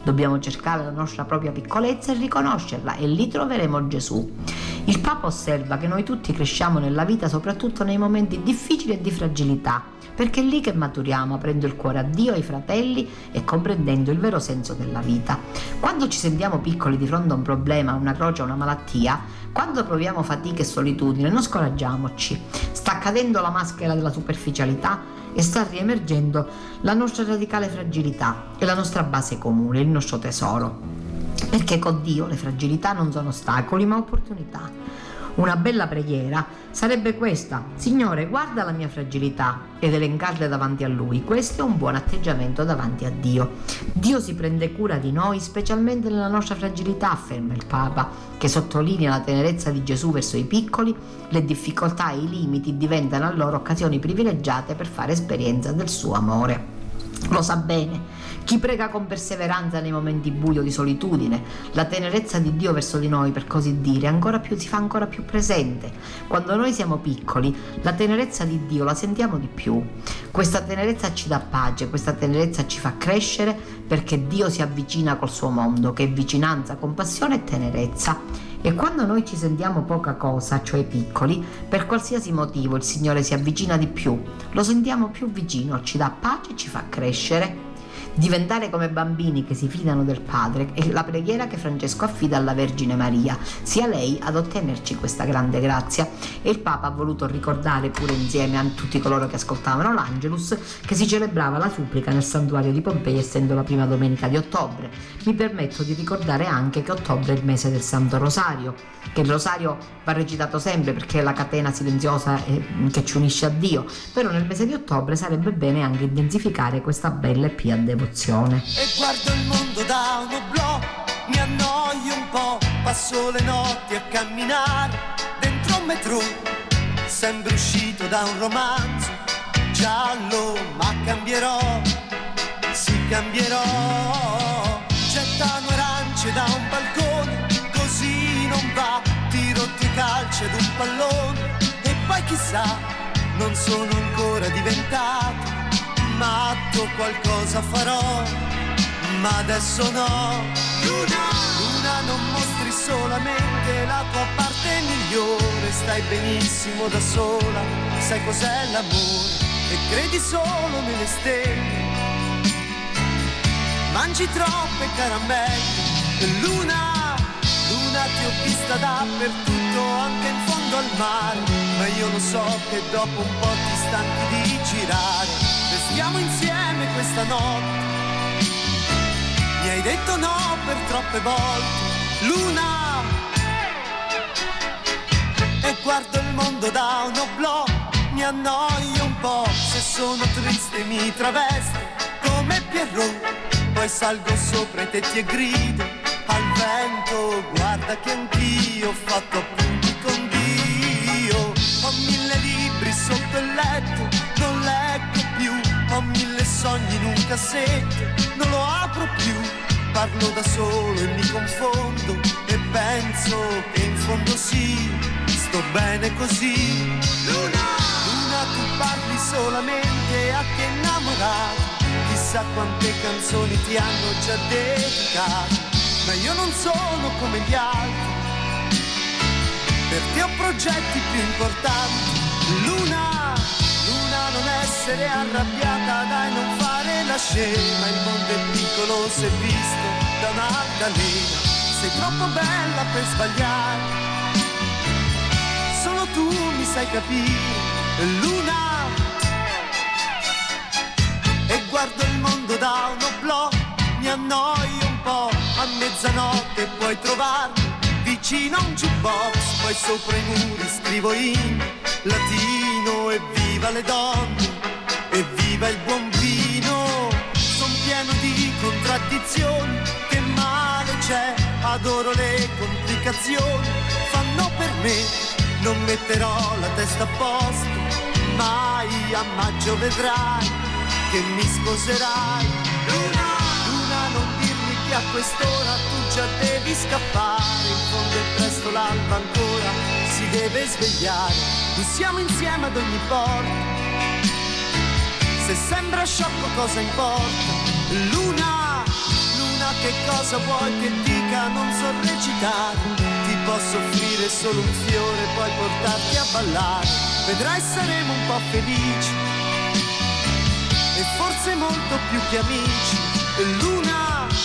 Dobbiamo cercare la nostra propria piccolezza e riconoscerla, e lì troveremo Gesù. Il Papa osserva che noi tutti cresciamo nella vita soprattutto nei momenti difficili e di fragilità, perché è lì che maturiamo, aprendo il cuore a Dio e ai fratelli e comprendendo il vero senso della vita. Quando ci sentiamo piccoli di fronte a un problema, una croce o una malattia, quando proviamo fatica e solitudine, non scoraggiamoci. Sta cadendo la maschera della superficialità e sta riemergendo la nostra radicale fragilità e la nostra base comune, il nostro tesoro. Perché con Dio le fragilità non sono ostacoli ma opportunità. Una bella preghiera sarebbe questa: Signore, guarda la mia fragilità, ed elencarle davanti a Lui. Questo è un buon atteggiamento davanti a Dio. Dio si prende cura di noi, specialmente nella nostra fragilità, afferma il Papa, che sottolinea la tenerezza di Gesù verso i piccoli. Le difficoltà e i limiti diventano allora occasioni privilegiate per fare esperienza del suo amore. Lo sa bene chi prega con perseveranza nei momenti bui o di solitudine. La tenerezza di Dio verso di noi, per così dire, ancora più, si fa ancora più presente. Quando noi siamo piccoli, la tenerezza di Dio la sentiamo di più. Questa tenerezza ci dà pace, questa tenerezza ci fa crescere, perché Dio si avvicina col suo mondo, che è vicinanza, compassione e tenerezza. E quando noi ci sentiamo poca cosa, cioè piccoli, per qualsiasi motivo il Signore si avvicina di più, lo sentiamo più vicino, ci dà pace e ci fa crescere. Diventare come bambini che si fidano del Padre è la preghiera che Francesco affida alla Vergine Maria, sia lei ad ottenerci questa grande grazia. E il Papa ha voluto ricordare pure insieme a tutti coloro che ascoltavano l'Angelus che si celebrava la supplica nel santuario di Pompei, essendo la prima domenica di ottobre. Mi permetto di ricordare anche che ottobre è il mese del Santo Rosario, che il rosario va recitato sempre perché è la catena silenziosa che ci unisce a Dio, però nel mese di ottobre sarebbe bene anche intensificare questa bella e pia devozione. E guardo il mondo da un oblò, mi annoio un po', passo le notti a camminare dentro un metro, sembra uscito da un romanzo giallo, ma cambierò, sì cambierò. Gettano arance da un balcone, così non va, tiro ti calci ad un pallone, e poi chissà, non sono ancora diventato matto, qualcosa farò, ma adesso no. Luna, Luna, non mostri solamente la tua parte migliore, stai benissimo da sola, sai cos'è l'amore e credi solo nelle stelle, mangi troppe caramelle. Luna, Luna, ti ho vista dappertutto, anche in fondo al mare, ma io lo so che dopo un po' ti stanchi di girare. Restiamo insieme questa notte, mi hai detto no per troppe volte, Luna. E guardo il mondo da un oblò, mi annoio un po', se sono triste mi travesto come Pierrot, poi salgo sopra i tetti e grido al vento, guarda che anch'io ho fatto appunti con Dio. Ho mille libri sotto il letto, non leggo più, ho mille sogni in un cassetto, non lo apro più, parlo da solo e mi confondo e penso che in fondo sì, sto bene così. Luna, Luna, tu parli solamente a chi è innamorato, chissà quante canzoni ti hanno già dedicato, ma io non sono come gli altri, per te ho progetti più importanti. Luna, Luna, non essere arrabbiata, dai, non fare la scema, il mondo è piccolo se visto da un'altalena, sei troppo bella per sbagliare, solo tu mi sai capire, Luna. E guardo il mondo da un oblò, mi annoio un po', a mezzanotte puoi trovarmi vicino a un jukebox, poi sopra i muri scrivo in latino: evviva le donne, evviva il buon vino. Son pieno di contraddizioni, che male c'è, adoro le complicazioni, fanno per me, non metterò la testa a posto, mai a maggio vedrai che mi sposerai. Luna, Luna, non dirmi che a quest'ora tu già devi scappare, in fondo è presto, l'alba ancora si deve svegliare, tu siamo insieme ad ogni porta, se sembra sciocco cosa importa. Luna, Luna, che cosa vuoi che dica? Non so recitare, ti posso offrire solo un fiore, poi portarti a ballare. Vedrai saremo un po' felici e forse molto più che amici. Luna,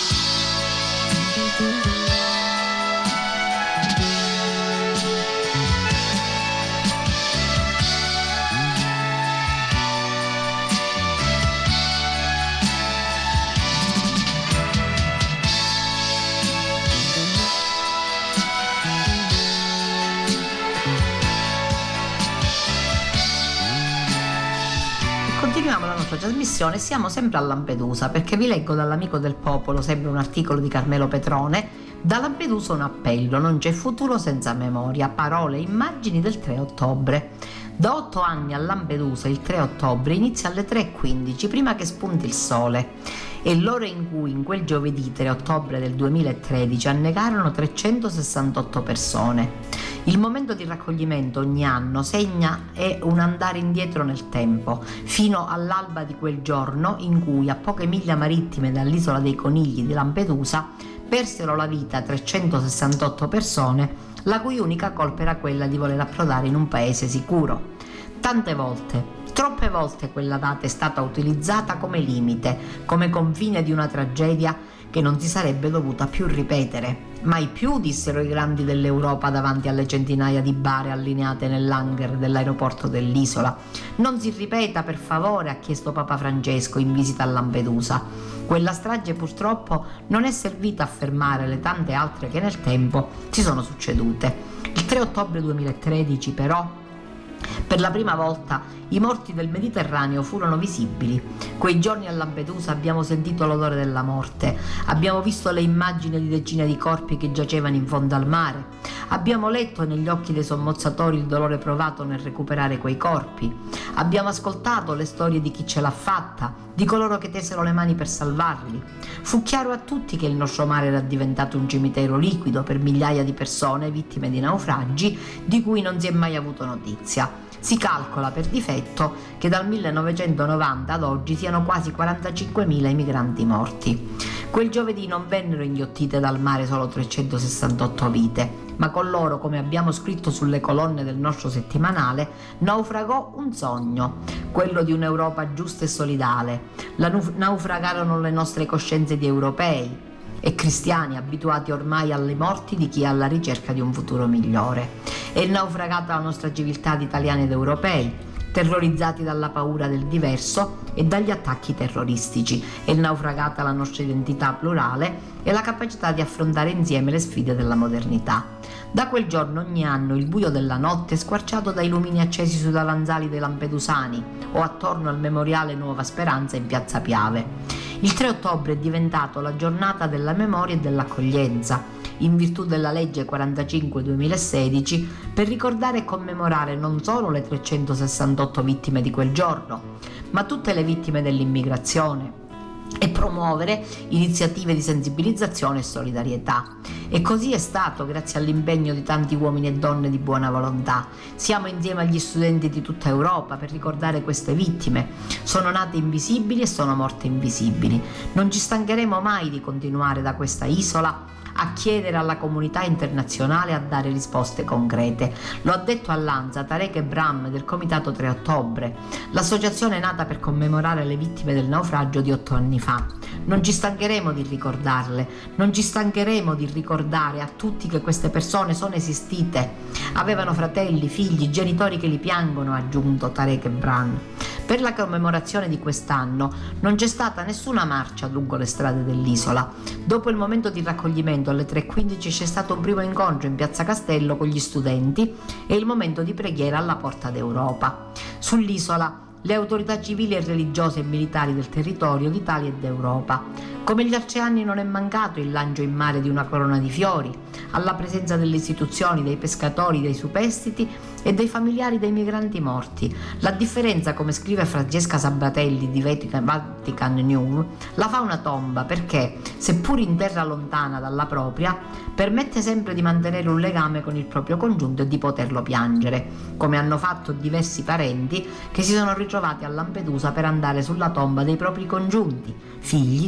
continuiamo la nostra trasmissione, siamo sempre a Lampedusa perché vi leggo dall'Amico del Popolo, sempre un articolo di Carmelo Petrone. Da Lampedusa un appello, non c'è futuro senza memoria, parole e immagini del tre ottobre. Da otto anni a Lampedusa il tre ottobre inizia alle tre e quindici, prima che spunti il sole. È l'ora in cui in quel giovedì tre ottobre del duemilatredici annegarono trecentosessantotto persone. Il momento di raccoglimento ogni anno segna è un andare indietro nel tempo, fino all'alba di quel giorno in cui a poche miglia marittime dall'isola dei Conigli di Lampedusa persero la vita trecentosessantotto persone, la cui unica colpa era quella di voler approdare in un paese sicuro. Tante volte, troppe volte quella data è stata utilizzata come limite, come confine di una tragedia che non si sarebbe dovuta più ripetere. Mai più, dissero i grandi dell'Europa davanti alle centinaia di bare allineate nell'hangar dell'aeroporto dell'isola. Non si ripeta, per favore, ha chiesto Papa Francesco in visita a Lampedusa. Quella strage purtroppo non è servita a fermare le tante altre che nel tempo si sono succedute. Il tre ottobre duemilatredici, però, per la prima volta i morti del Mediterraneo furono visibili. Quei giorni a Lampedusa abbiamo sentito l'odore della morte, abbiamo visto le immagini di decine di corpi che giacevano in fondo al mare, abbiamo letto negli occhi dei sommozzatori il dolore provato nel recuperare quei corpi, abbiamo ascoltato le storie di chi ce l'ha fatta, di coloro che tesero le mani per salvarli. Fu chiaro a tutti che il nostro mare era diventato un cimitero liquido per migliaia di persone vittime di naufragi di cui non si è mai avuto notizia. Si calcola per difetto che dal millenovecentonovanta ad oggi siano quasi quarantacinquemila i migranti morti. Quel giovedì non vennero inghiottite dal mare solo trecentosessantotto vite, ma con loro, come abbiamo scritto sulle colonne del nostro settimanale, naufragò un sogno, quello di un'Europa giusta e solidale. La naufragarono le nostre coscienze di europei e cristiani abituati ormai alle morti di chi è alla ricerca di un futuro migliore. È naufragata la nostra civiltà di italiani ed europei, terrorizzati dalla paura del diverso e dagli attacchi terroristici. È naufragata la nostra identità plurale e la capacità di affrontare insieme le sfide della modernità. Da quel giorno ogni anno il buio della notte è squarciato dai lumini accesi sui davanzali dei lampedusani o attorno al memoriale Nuova Speranza in Piazza Piave. Il tre ottobre è diventato la giornata della memoria e dell'accoglienza, in virtù della legge quarantacinque duemilasedici, per ricordare e commemorare non solo le trecentosessantotto vittime di quel giorno, ma tutte le vittime dell'immigrazione, e promuovere iniziative di sensibilizzazione e solidarietà. E così è stato grazie all'impegno di tanti uomini e donne di buona volontà. Siamo insieme agli studenti di tutta Europa per ricordare queste vittime. Sono nate invisibili e sono morte invisibili. Non ci stancheremo mai di continuare da questa isola a chiedere alla comunità internazionale a dare risposte concrete. Lo ha detto all'Anza Tarek Ebram del Comitato tre ottobre, l'associazione nata per commemorare le vittime del naufragio di otto anni fa. Non ci stancheremo di ricordarle, non ci stancheremo di ricordare a tutti che queste persone sono esistite, avevano fratelli, figli, genitori che li piangono, ha aggiunto Tarek Ebram. Per la commemorazione di quest'anno non c'è stata nessuna marcia lungo le strade dell'isola. Dopo il momento di raccoglimento alle tre e quindici c'è stato un primo incontro in Piazza Castello con gli studenti e il momento di preghiera alla Porta d'Europa. Sull'isola le autorità civili e religiose e militari del territorio d'Italia e d'Europa. Come gli altri anni non è mancato il lancio in mare di una corona di fiori, alla presenza delle istituzioni, dei pescatori, dei superstiti e dei familiari dei migranti morti. La differenza, come scrive Francesca Sabatelli di Vatican News, la fa una tomba perché, seppur in terra lontana dalla propria, permette sempre di mantenere un legame con il proprio congiunto e di poterlo piangere, come hanno fatto diversi parenti che si sono ritrovati a Lampedusa per andare sulla tomba dei propri congiunti, figli, genitori,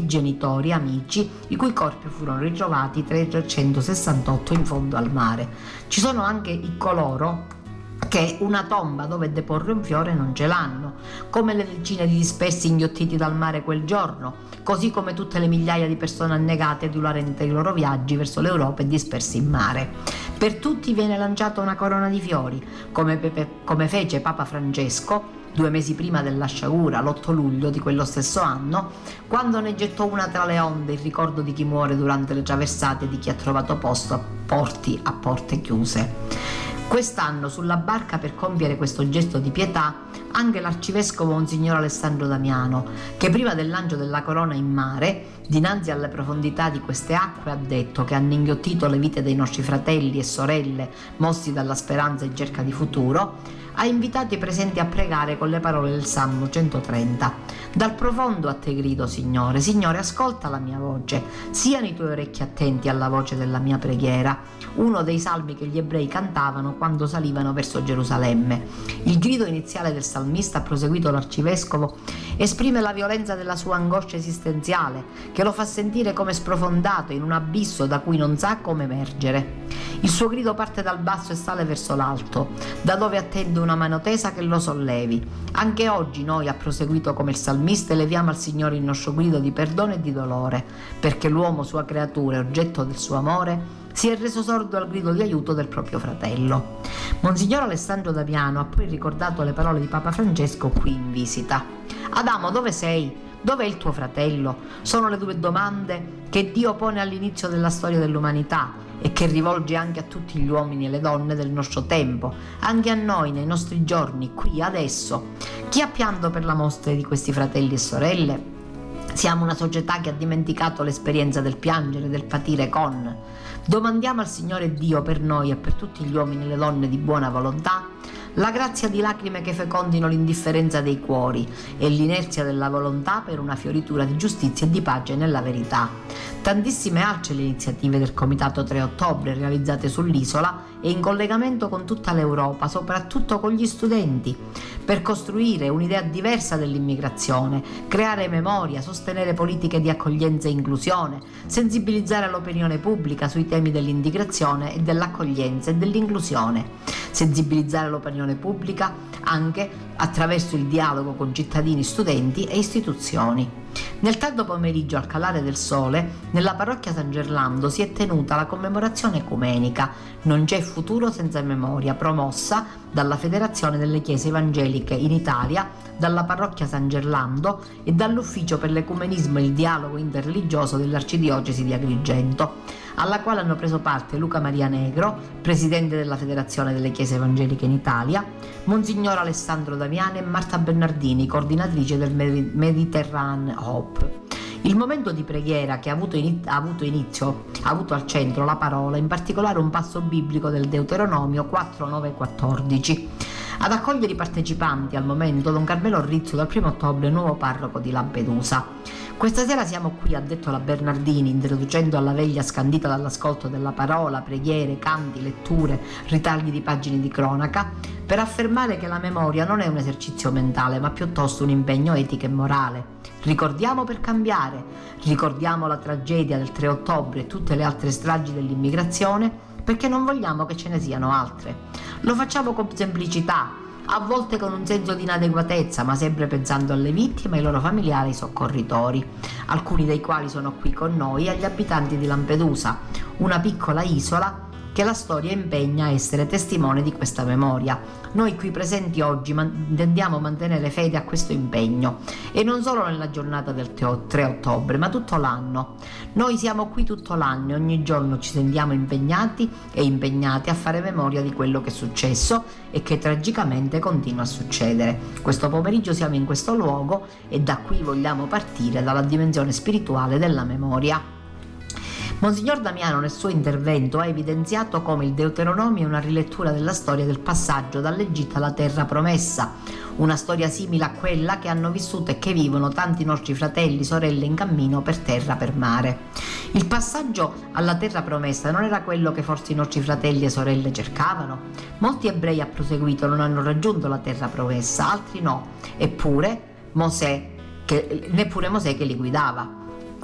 soccorritori, amici, i cui corpi furono ritrovati trecentosessantotto in fondo al mare. Ci sono anche i coloro che una tomba dove deporre un fiore non ce l'hanno, come le decine di dispersi inghiottiti dal mare quel giorno, così come tutte le migliaia di persone annegate durante i loro viaggi verso l'Europa e dispersi in mare. Per tutti viene lanciata una corona di fiori, come, Pepe, come fece Papa Francesco due mesi prima della sciagura, l'otto luglio di quello stesso anno, quando ne gettò una tra le onde in ricordo di chi muore durante le traversate e di chi ha trovato posto a porti a porte chiuse. Quest'anno, sulla barca per compiere questo gesto di pietà, anche l'arcivescovo Monsignor Alessandro Damiano, che prima del lancio della corona in mare, dinanzi alle profondità di queste acque, ha detto che hanno inghiottito le vite dei nostri fratelli e sorelle, mossi dalla speranza in cerca di futuro, ha invitato i presenti a pregare con le parole del Salmo centotrenta. Dal profondo a te grido, Signore, Signore, ascolta la mia voce, siano i tuoi orecchi attenti alla voce della mia preghiera, uno dei salmi che gli ebrei cantavano quando salivano verso Gerusalemme. Il grido iniziale del salmista, ha proseguito l'arcivescovo, esprime la violenza della sua angoscia esistenziale, che lo fa sentire come sprofondato in un abisso da cui non sa come emergere. Il suo grido parte dal basso e sale verso l'alto, da dove attende una mano tesa che lo sollevi. Anche oggi noi, ha proseguito come il salmista, eleviamo al Signore il nostro grido di perdono e di dolore, perché l'uomo, sua creatura e oggetto del suo amore, si è reso sordo al grido di aiuto del proprio fratello. Monsignor Alessandro Damiano ha poi ricordato le parole di Papa Francesco qui in visita. Adamo, dove sei? Dov'è il tuo fratello? Sono le due domande che Dio pone all'inizio della storia dell'umanità e che rivolge anche a tutti gli uomini e le donne del nostro tempo, anche a noi nei nostri giorni, qui, adesso. Chi ha pianto per la morte di questi fratelli e sorelle? Siamo una società che ha dimenticato l'esperienza del piangere, del patire con. Domandiamo al Signore Dio per noi e per tutti gli uomini e le donne di buona volontà la grazia di lacrime che fecondino l'indifferenza dei cuori e l'inerzia della volontà per una fioritura di giustizia e di pace nella verità. Tantissime altre le iniziative del Comitato tre ottobre realizzate sull'isola e in collegamento con tutta l'Europa, soprattutto con gli studenti, per costruire un'idea diversa dell'immigrazione, creare memoria, sostenere politiche di accoglienza e inclusione, sensibilizzare l'opinione pubblica sui temi dell'integrazione e dell'accoglienza e dell'inclusione, sensibilizzare l'opinione pubblica anche attraverso il dialogo con cittadini, studenti e istituzioni. Nel tardo pomeriggio, al calare del sole, nella parrocchia San Gerlando si è tenuta la commemorazione ecumenica Non c'è futuro senza memoria, promossa dalla Federazione delle Chiese Evangeliche in Italia, dalla parrocchia San Gerlando e dall'Ufficio per l'Ecumenismo e il Dialogo Interreligioso dell'Arcidiocesi di Agrigento, alla quale hanno preso parte Luca Maria Negro, presidente della Federazione delle Chiese Evangeliche in Italia, Monsignor Alessandro Damiano e Marta Bernardini, coordinatrice del Mediterranean Hope. Il momento di preghiera che ha avuto, inizio, ha avuto inizio, ha avuto al centro la parola, in particolare un passo biblico del Deuteronomio quattro, nove e quattordici. Ad accogliere i partecipanti al momento Don Carmelo Rizzo, dal primo ottobre nuovo parroco di Lampedusa. Questa sera siamo qui, ha detto la Bernardini, introducendo alla veglia scandita dall'ascolto della parola, preghiere, canti, letture, ritagli di pagine di cronaca, per affermare che la memoria non è un esercizio mentale, ma piuttosto un impegno etico e morale. Ricordiamo per cambiare, ricordiamo la tragedia del tre ottobre e tutte le altre stragi dell'immigrazione, perché non vogliamo che ce ne siano altre. Lo facciamo con semplicità, a volte con un senso di inadeguatezza, ma sempre pensando alle vittime, ai loro familiari e ai soccorritori, alcuni dei quali sono qui con noi, e agli abitanti di Lampedusa, una piccola isola che la storia impegna a essere testimone di questa memoria. Noi qui presenti oggi man- intendiamo mantenere fede a questo impegno, e non solo nella giornata del tre ottobre, ma tutto l'anno. Noi siamo qui tutto l'anno e ogni giorno ci sentiamo impegnati e impegnati a fare memoria di quello che è successo e che tragicamente continua a succedere. Questo pomeriggio siamo in questo luogo e da qui vogliamo partire dalla dimensione spirituale della memoria. Monsignor Damiano nel suo intervento ha evidenziato come il Deuteronomio è una rilettura della storia del passaggio dall'Egitto alla terra promessa, una storia simile a quella che hanno vissuto e che vivono tanti nostri fratelli e sorelle in cammino per terra, per mare. Il passaggio alla terra promessa non era quello che forse i nostri fratelli e sorelle cercavano? Molti ebrei, ha proseguito, non hanno raggiunto la terra promessa, altri no, eppure Mosè, che, neppure Mosè che li guidava.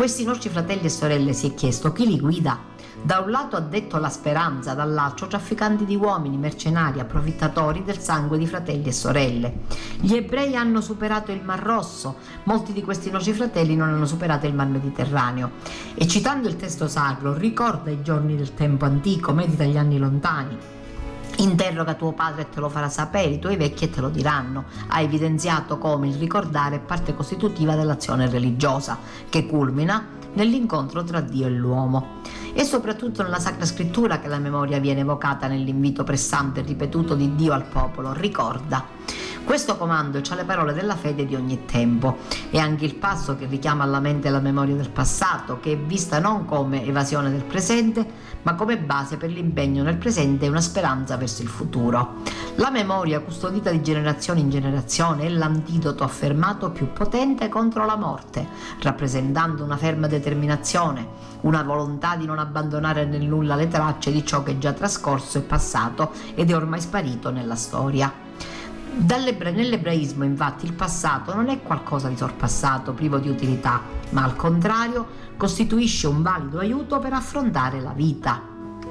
Questi nostri fratelli e sorelle, si è chiesto, chi li guida? Da un lato ha detto la speranza, dall'altro trafficanti di uomini, mercenari, approfittatori del sangue di fratelli e sorelle. Gli ebrei hanno superato il Mar Rosso, molti di questi nostri fratelli non hanno superato il Mar Mediterraneo. E citando il testo sacro, ricorda i giorni del tempo antico, medita gli anni lontani. Interroga tuo padre e te lo farà sapere, i tuoi vecchi e te lo diranno. Ha evidenziato come il ricordare è parte costitutiva dell'azione religiosa, che culmina nell'incontro tra Dio e l'uomo. È soprattutto nella Sacra Scrittura che la memoria viene evocata nell'invito pressante e ripetuto di Dio al popolo: ricorda. Questo comando c'ha le parole della fede di ogni tempo. È anche il passo che richiama alla mente la memoria del passato, che è vista non come evasione del presente, ma come base per l'impegno nel presente e una speranza verso il futuro. La memoria, custodita di generazione in generazione, è l'antidoto affermato più potente contro la morte, rappresentando una ferma determinazione, una volontà di non abbandonare nel nulla le tracce di ciò che è già trascorso e passato ed è ormai sparito nella storia. Dall'ebre- nell'ebraismo, infatti, il passato non è qualcosa di sorpassato, privo di utilità, ma al contrario costituisce un valido aiuto per affrontare la vita.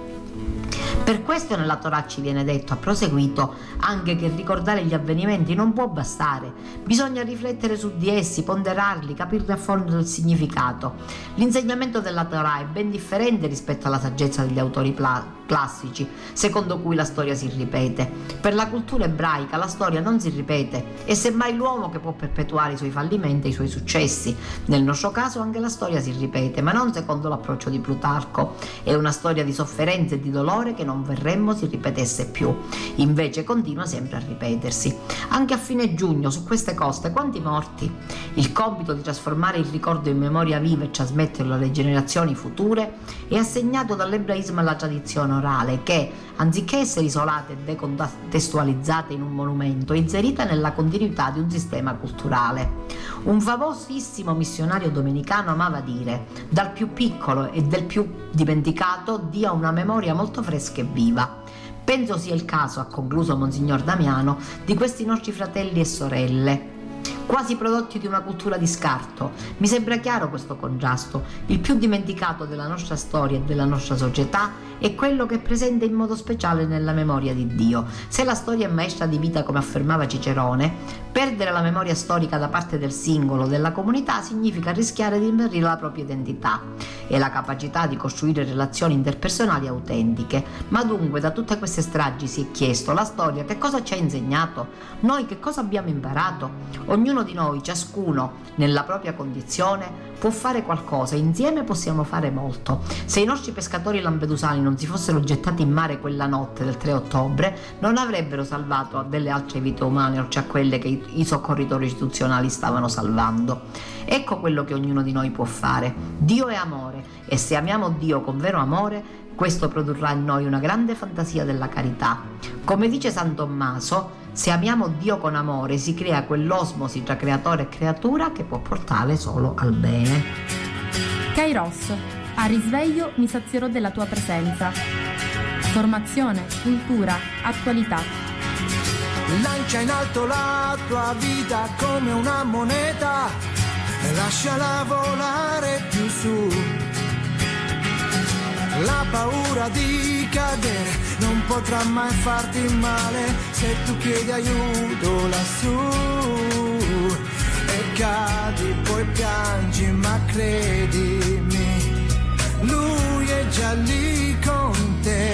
Per questo nella Torah ci viene detto, a proseguito, anche che ricordare gli avvenimenti non può bastare, bisogna riflettere su di essi, ponderarli, capirne a fondo il significato. L'insegnamento della Torah è ben differente rispetto alla saggezza degli autori pla- classici, secondo cui la storia si ripete. Per la cultura ebraica la storia non si ripete, è semmai l'uomo che può perpetuare i suoi fallimenti e i suoi successi. Nel nostro caso anche la storia si ripete, ma non secondo l'approccio di Plutarco. È una storia di sofferenza e di dolore che non vorremmo si ripetesse più, invece continua sempre a ripetersi. Anche a fine giugno su queste coste quanti morti? Il compito di trasformare il ricordo in memoria viva e trasmetterlo alle generazioni future è assegnato dall'ebraismo alla tradizione orale che, anziché essere isolata e decontestualizzata in un monumento, è inserita nella continuità di un sistema culturale. Un famosissimo missionario domenicano amava dire: dal più piccolo e del più dimenticato dia una memoria molto fresca e viva. Penso sia il caso, ha concluso Monsignor Damiano, di questi nostri fratelli e sorelle, quasi prodotti di una cultura di scarto. Mi sembra chiaro questo contrasto. Il più dimenticato della nostra storia e della nostra società è quello che è presente in modo speciale nella memoria di Dio. Se la storia è maestra di vita, come affermava Cicerone, perdere la memoria storica da parte del singolo, della comunità, significa rischiare di imperire la propria identità e la capacità di costruire relazioni interpersonali autentiche. Ma dunque, da tutte queste stragi si è chiesto: la storia che cosa ci ha insegnato? Noi che cosa abbiamo imparato? Ognuno di noi, ciascuno nella propria condizione, può fare qualcosa, insieme possiamo fare molto. Se i nostri pescatori lampedusani non si fossero gettati in mare quella notte del tre ottobre, non avrebbero salvato delle altre vite umane, oltre a quelle che i, i soccorritori istituzionali stavano salvando. Ecco quello che ognuno di noi può fare. Dio è amore, e se amiamo Dio con vero amore, questo produrrà in noi una grande fantasia della carità. Come dice San Tommaso, se amiamo Dio con amore si crea quell'osmosi tra creatore e creatura che può portare solo al bene. Kairos, a risveglio mi sazierò della tua presenza. Formazione, cultura, attualità. Lancia in alto la tua vita come una moneta e lasciala volare più su. La paura di cadere non potrà mai farti male se tu chiedi aiuto lassù. E cadi, poi piangi, ma credimi, lui è già lì con te.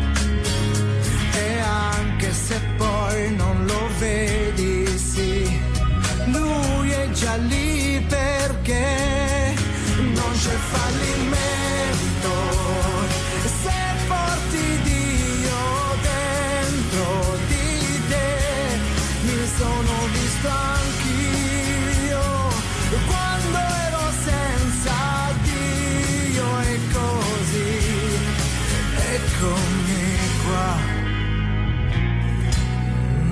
E anche se poi non lo vedi, sì, lui è già lì perché non c'è fallimento. Se porti Dio dentro di te, mi sono visto anch'io quando ero senza Dio, e così eccomi qua.